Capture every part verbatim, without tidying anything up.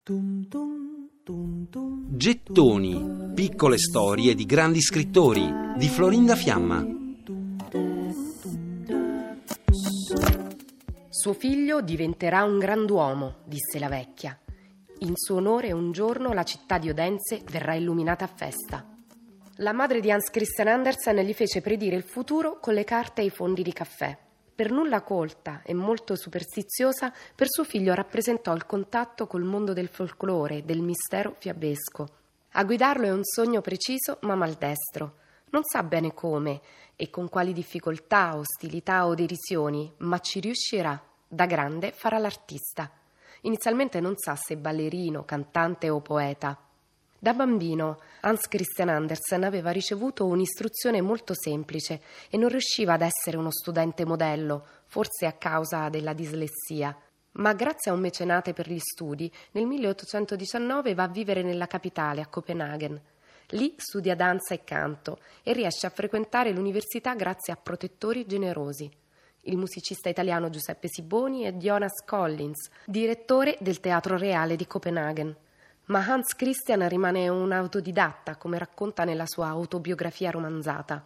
Gettoni, piccole storie di grandi scrittori di Florinda Fiamma. Suo figlio diventerà un grand'uomo, disse la vecchia. In suo onore un giorno la città di Odense verrà illuminata a festa. La madre di Hans Christian Andersen gli fece predire il futuro con le carte e i fondi di caffè. Per nulla colta e molto superstiziosa, per suo figlio rappresentò il contatto col mondo del folklore, del mistero fiabesco. A guidarlo è un sogno preciso ma maldestro. Non sa bene come e con quali difficoltà, ostilità o derisioni, ma ci riuscirà. Da grande farà l'artista. Inizialmente non sa se ballerino, cantante o poeta. Da bambino Hans Christian Andersen aveva ricevuto un'istruzione molto semplice e non riusciva ad essere uno studente modello, forse a causa della dislessia. Ma grazie a un mecenate per gli studi, nel milleottocentodiciannove va a vivere nella capitale, a Copenaghen. Lì studia danza e canto e riesce a frequentare l'università grazie a protettori generosi. Il musicista italiano Giuseppe Siboni e Jonas Collins, direttore del Teatro Reale di Copenaghen. Ma Hans Christian rimane un autodidatta, come racconta nella sua autobiografia romanzata.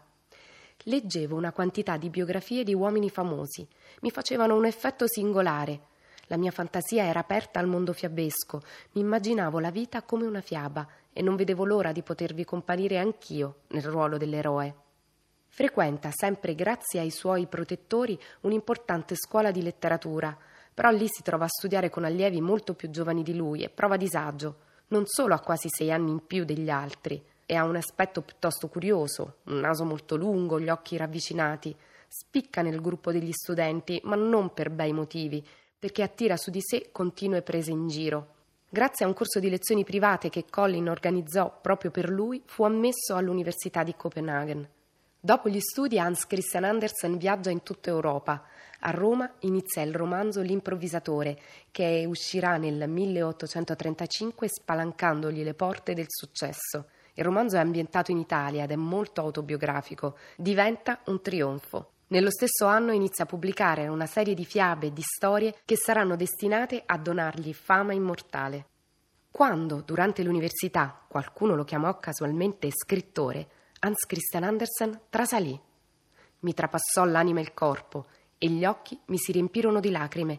Leggevo una quantità di biografie di uomini famosi. Mi facevano un effetto singolare. La mia fantasia era aperta al mondo fiabesco. Mi immaginavo la vita come una fiaba e non vedevo l'ora di potervi comparire anch'io nel ruolo dell'eroe. Frequenta, sempre grazie ai suoi protettori, un'importante scuola di letteratura, però lì si trova a studiare con allievi molto più giovani di lui e prova disagio. Non solo ha quasi sei anni in più degli altri e ha un aspetto piuttosto curioso, un naso molto lungo, gli occhi ravvicinati. Spicca nel gruppo degli studenti, ma non per bei motivi, perché attira su di sé continue prese in giro. Grazie a un corso di lezioni private che Collin organizzò proprio per lui, fu ammesso all'Università di Copenaghen. Dopo gli studi Hans Christian Andersen viaggia in tutta Europa. A Roma inizia il romanzo L'improvvisatore, che uscirà nel milleottocentotrentacinque spalancandogli le porte del successo. Il romanzo è ambientato in Italia ed è molto autobiografico. Diventa un trionfo. Nello stesso anno inizia a pubblicare una serie di fiabe e di storie che saranno destinate a donargli fama immortale. Quando, durante l'università, qualcuno lo chiamò casualmente scrittore, Hans Christian Andersen trasalì. Mi trapassò l'anima e il corpo e gli occhi mi si riempirono di lacrime.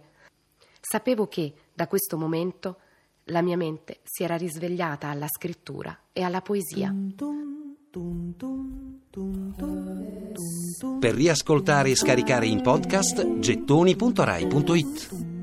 Sapevo che, da questo momento, la mia mente si era risvegliata alla scrittura e alla poesia. Per riascoltare e scaricare in podcast gettoni punto rai punto it.